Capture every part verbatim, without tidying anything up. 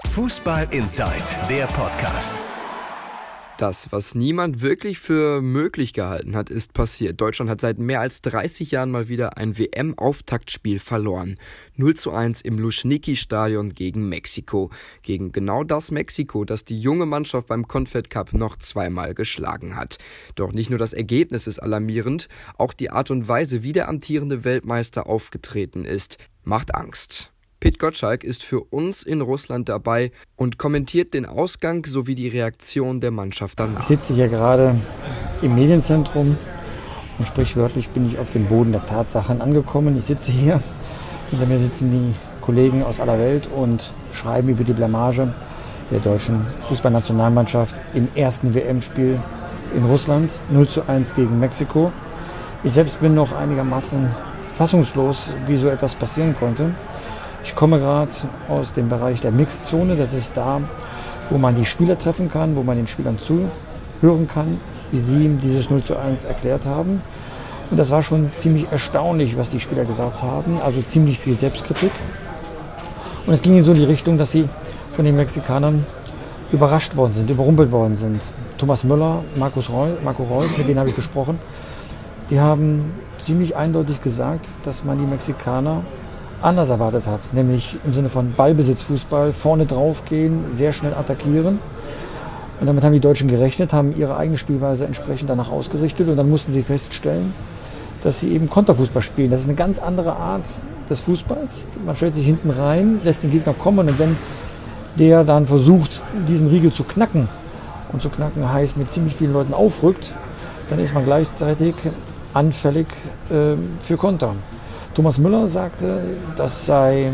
Fußball Insight, der Podcast. Das, was niemand wirklich für möglich gehalten hat, ist passiert. Deutschland hat seit mehr als dreißig Jahren mal wieder ein W M-Auftaktspiel verloren. null zu eins im Luschniki-Stadion gegen Mexiko. Gegen genau das Mexiko, das die junge Mannschaft beim Confed Cup noch zweimal geschlagen hat. Doch nicht nur das Ergebnis ist alarmierend, auch die Art und Weise, wie der amtierende Weltmeister aufgetreten ist, macht Angst. Pit Gottschalk ist für uns in Russland dabei und kommentiert den Ausgang sowie die Reaktion der Mannschaft danach. Ich sitze hier gerade im Medienzentrum und sprichwörtlich bin ich auf dem Boden der Tatsachen angekommen. Ich sitze hier, hinter mir sitzen die Kollegen aus aller Welt und schreiben über die Blamage der deutschen Fußballnationalmannschaft im ersten W M-Spiel in Russland, null zu eins gegen Mexiko. Ich selbst bin noch einigermaßen fassungslos, wie so etwas passieren konnte. Ich komme gerade aus dem Bereich der Mixed-Zone, das ist da, wo man die Spieler treffen kann, wo man den Spielern zuhören kann, wie sie ihm dieses null zu eins erklärt haben. Und das war schon ziemlich erstaunlich, was die Spieler gesagt haben, also ziemlich viel Selbstkritik. Und es ging in so die Richtung, dass sie von den Mexikanern überrascht worden sind, überrumpelt worden sind. Thomas Müller, Markus Reus, Marco Reus, mit denen habe ich gesprochen, die haben ziemlich eindeutig gesagt, dass man die Mexikaner anders erwartet hat, nämlich im Sinne von Ballbesitzfußball, vorne drauf gehen, sehr schnell attackieren. Und damit haben die Deutschen gerechnet, haben ihre eigene Spielweise entsprechend danach ausgerichtet und dann mussten sie feststellen, dass sie eben Konterfußball spielen. Das ist eine ganz andere Art des Fußballs. Man stellt sich hinten rein, lässt den Gegner kommen und wenn der dann versucht, diesen Riegel zu knacken, und zu knacken heißt, mit ziemlich vielen Leuten aufrückt, dann ist man gleichzeitig anfällig äh, für Konter. Thomas Müller sagte, das sei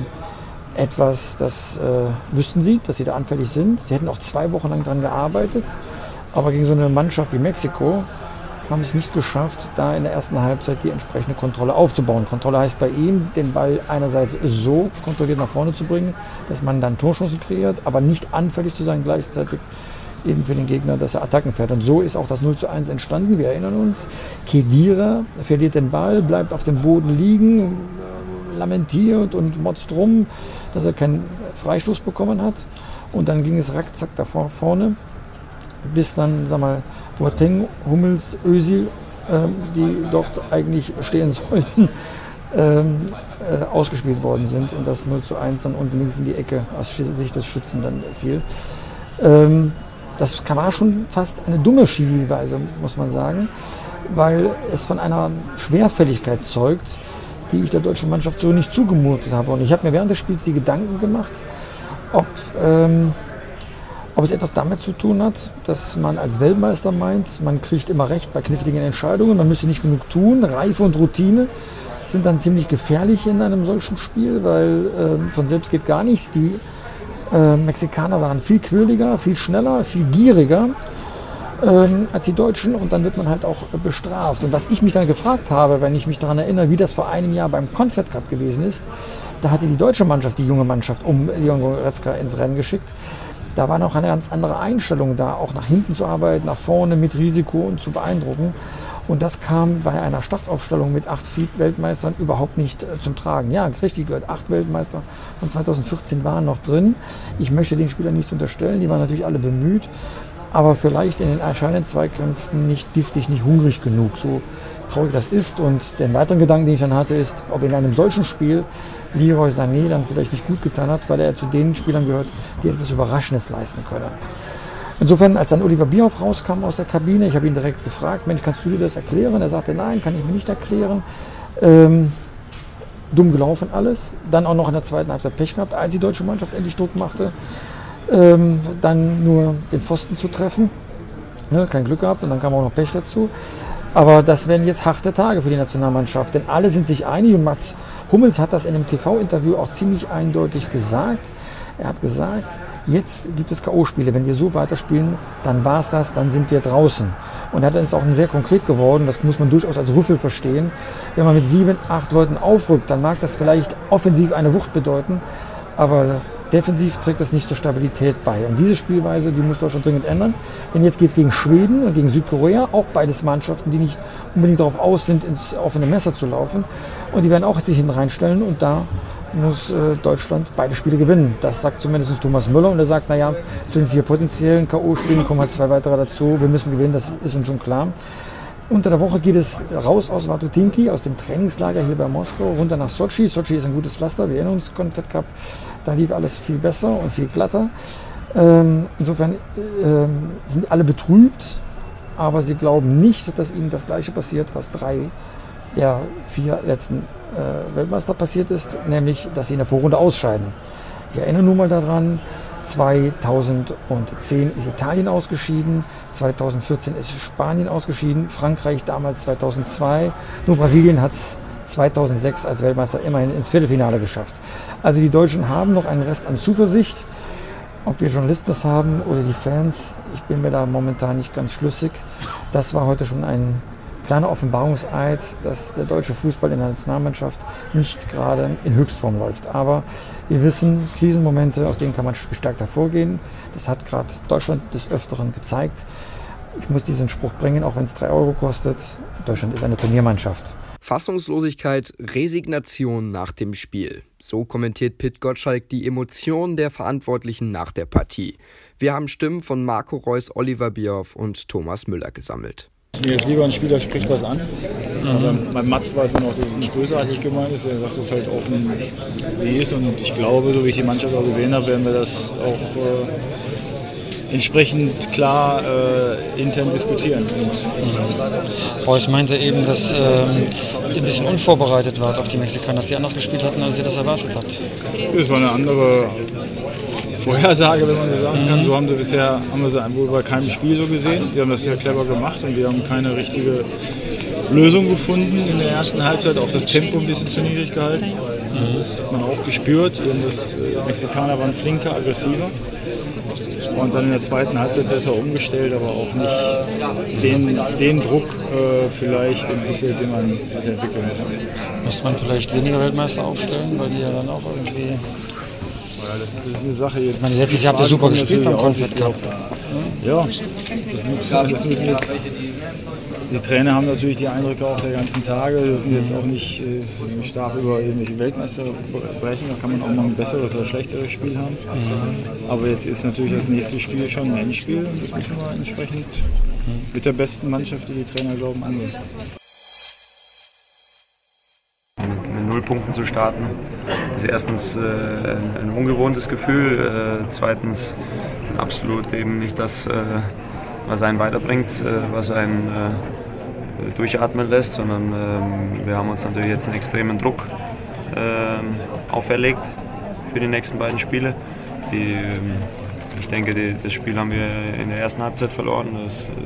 etwas, das äh, wüssten sie, dass sie da anfällig sind. Sie hätten auch zwei Wochen lang daran gearbeitet, aber gegen so eine Mannschaft wie Mexiko haben sie es nicht geschafft, da in der ersten Halbzeit die entsprechende Kontrolle aufzubauen. Kontrolle heißt bei ihm, den Ball einerseits so kontrolliert nach vorne zu bringen, dass man dann Torchancen kreiert, aber nicht anfällig zu sein, gleichzeitig eben für den Gegner, dass er Attacken fährt. Und so ist auch das null zu eins entstanden. Wir erinnern uns, Khedira verliert den Ball, bleibt auf dem Boden liegen, lamentiert und motzt rum, dass er keinen Freistoß bekommen hat. Und dann ging es rackzack da vorne, bis dann, sag mal, Boateng, Hummels, Özil, äh, die dort eigentlich stehen sollten, ähm, äh, ausgespielt worden sind. Und das null zu eins dann unten links in die Ecke aus Sicht des Schützen dann fiel. Ähm, Das war schon fast eine dumme Spielweise, muss man sagen, weil es von einer Schwerfälligkeit zeugt, die ich der deutschen Mannschaft so nicht zugemutet habe. Und ich habe mir während des Spiels die Gedanken gemacht, ob, ähm, ob es etwas damit zu tun hat, dass man als Weltmeister meint, man kriegt immer recht bei kniffligen Entscheidungen, man müsste nicht genug tun. Reife und Routine sind dann ziemlich gefährlich in einem solchen Spiel, weil äh, von selbst geht gar nichts. Die Äh, Mexikaner waren viel quirliger, viel schneller, viel gieriger ähm, als die Deutschen und dann wird man halt auch äh, bestraft. Und was ich mich dann gefragt habe, wenn ich mich daran erinnere, wie das vor einem Jahr beim Confed Cup gewesen ist, da hatte die deutsche Mannschaft, die junge Mannschaft, um Leon Goretzka ins Rennen geschickt. Da war noch eine ganz andere Einstellung da, auch nach hinten zu arbeiten, nach vorne mit Risiko und zu beeindrucken. Und das kam bei einer Startaufstellung mit acht Weltmeistern überhaupt nicht äh, zum Tragen. Ja, richtig gehört, acht Weltmeister von zweitausendvierzehn waren noch drin. Ich möchte den Spielern nichts unterstellen, die waren natürlich alle bemüht, aber vielleicht in den erscheinenden Zweikämpfen nicht giftig, nicht hungrig genug, so traurig das ist. Und den weiteren Gedanken, den ich dann hatte, ist, ob in einem solchen Spiel Leroy Sané dann vielleicht nicht gut getan hat, weil er zu den Spielern gehört, die etwas Überraschendes leisten können. Insofern, als dann Oliver Bierhoff rauskam aus der Kabine, ich habe ihn direkt gefragt, Mensch, kannst du dir das erklären? Er sagte, nein, kann ich mir nicht erklären. Ähm, dumm gelaufen alles. Dann auch noch in der zweiten Halbzeit Pech gehabt, als die deutsche Mannschaft endlich Druck machte, ähm, dann nur den Pfosten zu treffen. Ne, kein Glück gehabt und dann kam auch noch Pech dazu. Aber das werden jetzt harte Tage für die Nationalmannschaft, denn alle sind sich einig und Mats Hummels hat das in einem T V-Interview auch ziemlich eindeutig gesagt. Er hat gesagt, jetzt gibt es K O-Spiele. Wenn wir so weiterspielen, dann war es das, dann sind wir draußen. Und er hat dann auch sehr konkret geworden, das muss man durchaus als Rüffel verstehen. Wenn man mit sieben, acht Leuten aufrückt, dann mag das vielleicht offensiv eine Wucht bedeuten, aber defensiv trägt das nicht zur Stabilität bei. Und diese Spielweise, die muss Deutschland dringend ändern. Denn jetzt geht es gegen Schweden und gegen Südkorea, auch beides Mannschaften, die nicht unbedingt darauf aus sind, ins offene Messer zu laufen. Und die werden auch sich hinten reinstellen und da muss äh, Deutschland beide Spiele gewinnen. Das sagt zumindest Thomas Müller und er sagt, naja, zu den vier potenziellen K O-Spielen kommen halt zwei weitere dazu. Wir müssen gewinnen, das ist uns schon klar. Unter der Woche geht es raus aus Vatutinki, aus dem Trainingslager hier bei Moskau, runter nach Sochi. Sochi ist ein gutes Pflaster, wir erinnern uns, Confed Cup, da lief alles viel besser und viel glatter. Ähm, insofern ähm, sind alle betrübt, aber sie glauben nicht, dass ihnen das Gleiche passiert, was drei der vier letzten äh, Weltmeister passiert ist, nämlich, dass sie in der Vorrunde ausscheiden. Ich erinnere nur mal daran, zweitausendzehn ist Italien ausgeschieden, zweitausendvierzehn ist Spanien ausgeschieden, Frankreich damals zweitausendzwei, nur Brasilien hat es zweitausendsechs als Weltmeister immerhin ins Viertelfinale geschafft. Also die Deutschen haben noch einen Rest an Zuversicht. Ob wir Journalisten das haben oder die Fans, ich bin mir da momentan nicht ganz schlüssig. Das war heute schon ein kleiner Offenbarungseid, dass der deutsche Fußball in der Nationalmannschaft nicht gerade in Höchstform läuft. Aber wir wissen, Krisenmomente, aus denen kann man gestärkt hervorgehen. Das hat gerade Deutschland des Öfteren gezeigt. Ich muss diesen Spruch bringen, auch wenn es drei Euro kostet. Deutschland ist eine Turniermannschaft. Fassungslosigkeit, Resignation nach dem Spiel. So kommentiert Pit Gottschalk die Emotionen der Verantwortlichen nach der Partie. Wir haben Stimmen von Marco Reus, Oliver Bierhoff und Thomas Müller gesammelt. Mir ist lieber ein Spieler spricht was an. Aber beim Mats weiß man auch, dass es nicht bösartig gemeint ist. Er sagt es halt offen, wie es ist. Und ich glaube, so wie ich die Mannschaft auch gesehen habe, werden wir das auch äh, entsprechend klar äh, intern diskutieren. Und Reus meinte eben, dass ähm, ihr ein bisschen unvorbereitet wart auf die Mexikaner, dass sie anders gespielt hatten, als ihr das erwartet habt. Das war eine andere Vorhersage, wenn man so sagen kann. So haben sie bisher haben wir sie wohl bei keinem Spiel so gesehen. Die haben das sehr clever gemacht und wir haben keine richtige Lösung gefunden in der ersten Halbzeit. Auch das Tempo ein bisschen zu niedrig gehalten. Das hat man auch gespürt. Die Mexikaner waren flinker, aggressiver. Und dann in der zweiten Halbzeit besser umgestellt, aber auch nicht den, den Druck äh, vielleicht entwickelt, den man hätte entwickeln müssen. Müsste man vielleicht weniger Weltmeister aufstellen, weil die ja dann auch irgendwie... Das ist eine Sache jetzt. Ich meine, letztes Jahr habt ihr super gespielt beim Confed Cup. Ja, das, das müssen jetzt. Die Trainer haben natürlich die Eindrücke auch der ganzen Tage, dürfen jetzt auch nicht äh, stark über irgendwelche Weltmeister brechen. Da kann man auch mal ein besseres oder schlechteres Spiel haben. Mhm. Aber jetzt ist natürlich das nächste Spiel schon ein Endspiel und das müssen wir entsprechend mit der besten Mannschaft, die die Trainer glauben, angehen. Mit null Punkten zu starten, ist erstens äh, ein, ein ungewohntes Gefühl, äh, zweitens absolut eben nicht das, äh, was einen weiterbringt, äh, was einen äh, durchatmen lässt, sondern äh, wir haben uns natürlich jetzt einen extremen Druck äh, auferlegt für die nächsten beiden Spiele. Die, äh, ich denke, die, das Spiel haben wir in der ersten Halbzeit verloren, das, äh,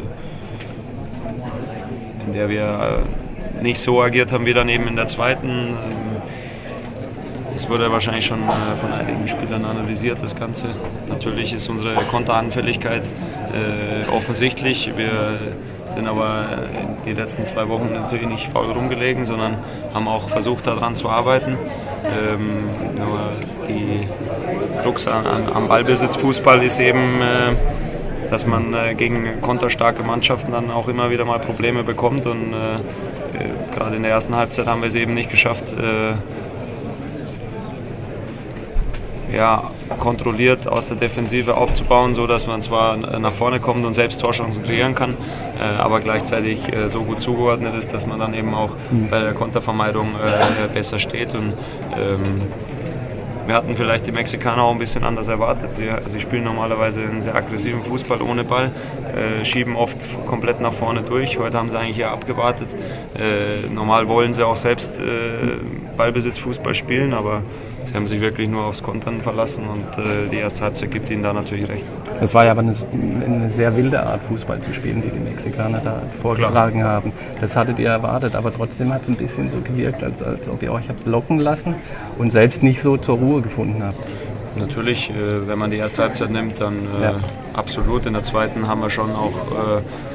in der wir äh, nicht so agiert haben wie dann eben in der zweiten. Das wurde wahrscheinlich schon von einigen Spielern analysiert, das Ganze. Natürlich ist unsere Konteranfälligkeit äh, offensichtlich. Wir sind aber in den letzten zwei Wochen natürlich nicht faul rumgelegen, sondern haben auch versucht, daran zu arbeiten. Ähm, nur die Krux an, am Ballbesitzfußball ist eben, äh, dass man äh, gegen konterstarke Mannschaften dann auch immer wieder mal Probleme bekommt. Und äh, gerade in der ersten Halbzeit haben wir es eben nicht geschafft, äh, ja, kontrolliert aus der Defensive aufzubauen, so dass man zwar nach vorne kommt und selbst Torchancen kreieren kann, äh, aber gleichzeitig äh, so gut zugeordnet ist, dass man dann eben auch bei der Kontervermeidung äh, besser steht. Und ähm, wir hatten vielleicht die Mexikaner auch ein bisschen anders erwartet. Sie, sie spielen normalerweise einen sehr aggressiven Fußball ohne Ball, äh, schieben oft komplett nach vorne durch. Heute haben sie eigentlich eher abgewartet. Äh, normal wollen sie auch selbst äh, Ballbesitzfußball spielen, aber sie haben sich wirklich nur aufs Kontern verlassen und äh, die erste Halbzeit gibt ihnen da natürlich recht. Das war ja aber eine, eine sehr wilde Art, Fußball zu spielen, die die Mexikaner da vorgetragen Klar. haben. Das hattet ihr erwartet, aber trotzdem hat es ein bisschen so gewirkt, als, als ob ihr euch habt locken lassen und selbst nicht so zur Ruhe gefunden habt. Natürlich, äh, wenn man die erste Halbzeit nimmt, dann äh, ja. absolut. In der zweiten haben wir schon auch äh,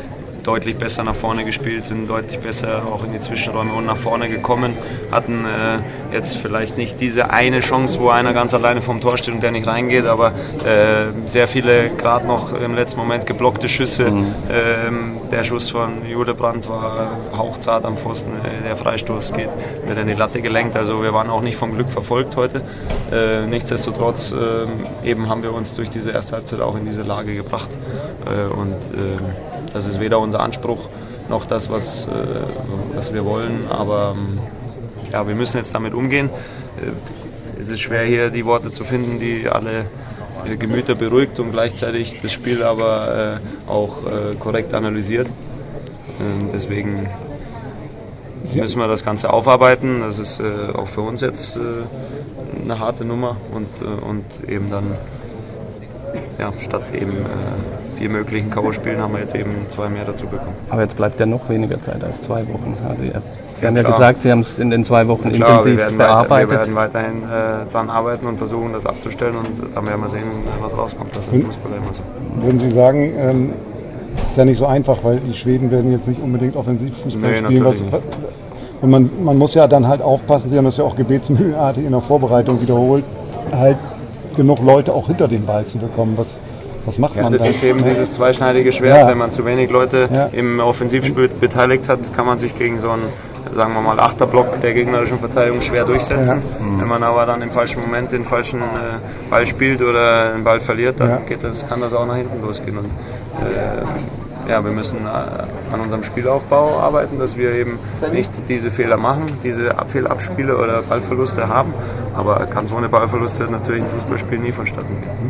deutlich besser nach vorne gespielt, sind deutlich besser auch in die Zwischenräume und nach vorne gekommen, hatten äh, jetzt vielleicht nicht diese eine Chance, wo einer ganz alleine vom Tor steht und der nicht reingeht, aber äh, sehr viele gerade noch im letzten Moment geblockte Schüsse. Mhm. Ähm, der Schuss von Judebrandt war hauchzart am Pfosten, äh, der Freistoß geht, wird in die Latte gelenkt, also wir waren auch nicht vom Glück verfolgt heute. Äh, nichtsdestotrotz äh, eben haben wir uns durch diese erste Halbzeit auch in diese Lage gebracht äh, und äh, das ist weder unser Anspruch noch das, was, äh, was wir wollen, aber ähm, ja, wir müssen jetzt damit umgehen. Äh, es ist schwer hier die Worte zu finden, die alle äh, Gemüter beruhigt und gleichzeitig das Spiel aber äh, auch äh, korrekt analysiert. Äh, deswegen müssen wir das Ganze aufarbeiten. Das ist äh, auch für uns jetzt äh, eine harte Nummer und, äh, und eben dann ja, statt eben äh, vier möglichen K O-Spielen haben wir jetzt eben zwei mehr dazu bekommen. Aber jetzt bleibt ja noch weniger Zeit als zwei Wochen. Also ihr, Sie haben ja, ja gesagt, Sie haben es in den zwei Wochen ja, klar, intensiv wir bearbeitet. Weiter, wir werden weiterhin äh, daran arbeiten und versuchen, das abzustellen und dann werden wir sehen, was rauskommt. Das ist im Fußball immer so. Würden Sie sagen, ähm, es ist ja nicht so einfach, weil die Schweden werden jetzt nicht unbedingt Offensivfußball nee, spielen. Was, und man, man muss ja dann halt aufpassen, Sie haben das ja auch gebetsmühlenartig in der Vorbereitung wiederholt, halt genug Leute auch hinter den Ball zu bekommen. Was, was macht ja, man das da? Das ist eben dieses zweischneidige Schwert. Ja. Wenn man zu wenig Leute ja. im Offensivspiel beteiligt hat, kann man sich gegen so einen, sagen wir mal, Achterblock der gegnerischen Verteidigung schwer durchsetzen. Ja. Mhm. Wenn man aber dann im falschen Moment den falschen äh, Ball spielt oder den Ball verliert, dann ja. geht das, kann das auch nach hinten losgehen. Und, äh, ja, wir müssen äh, an unserem Spielaufbau arbeiten, dass wir eben nicht diese Fehler machen, diese Fehlabspiele oder Ballverluste haben. Aber ganz ohne Ballverlust wird natürlich ein Fußballspiel nie vonstatten gehen.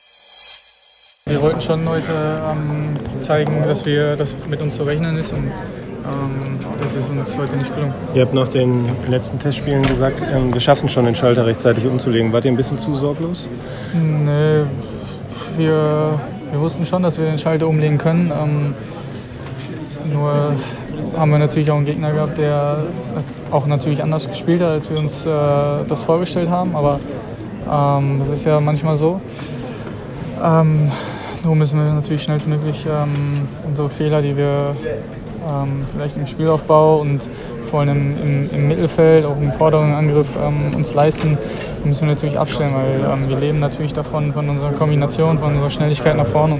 Wir wollten schon heute ähm, zeigen, dass, wir, dass mit uns zu rechnen ist und ähm, das ist uns heute nicht gelungen. Ihr habt nach den letzten Testspielen gesagt, ähm, wir schaffen schon den Schalter rechtzeitig umzulegen. Wart ihr ein bisschen zu sorglos? Nee, wir, wir wussten schon, dass wir den Schalter umlegen können. Ähm, nur haben wir natürlich auch einen Gegner gehabt, der auch natürlich anders gespielt hat, als wir uns äh, das vorgestellt haben. Aber ähm, das ist ja manchmal so. Ähm, nur müssen wir natürlich schnellstmöglich ähm, unsere Fehler, die wir ähm, vielleicht im Spielaufbau und vor allem im, im Mittelfeld, auch im vorderen Angriff ähm, uns leisten, müssen wir natürlich abstellen, weil ähm, wir leben natürlich davon, von unserer Kombination, von unserer Schnelligkeit nach vorne. Und,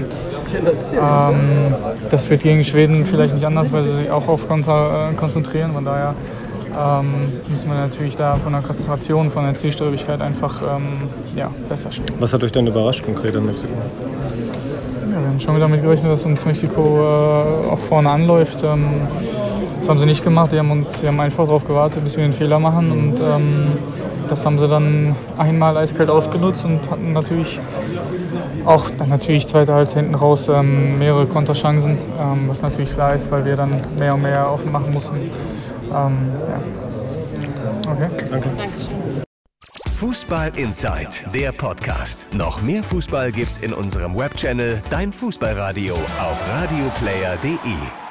ähm, das wird gegen Schweden vielleicht nicht anders, weil sie sich auch auf Konter äh, konzentrieren. Von daher ähm, müssen wir natürlich da von der Konzentration, von der Zielstrebigkeit einfach ähm, ja, besser spielen. Was hat euch denn überrascht konkret an Mexiko? Ja, wir haben schon damit gerechnet, dass uns Mexiko äh, auch vorne anläuft. Ähm, das haben sie nicht gemacht. Die haben, sie haben einfach darauf gewartet, bis wir den Fehler machen. Und ähm, das haben sie dann einmal eiskalt ausgenutzt und hatten natürlich auch dann natürlich zweite Halbzeit hinten raus ähm, mehrere Konterchancen, ähm, was natürlich klar ist, weil wir dann mehr und mehr offen machen mussten. Ähm, ja. Okay. Danke. Fußball Inside, der Podcast. Noch mehr Fußball gibt's in unserem Webchannel Dein Fußballradio auf radioplayer punkt de.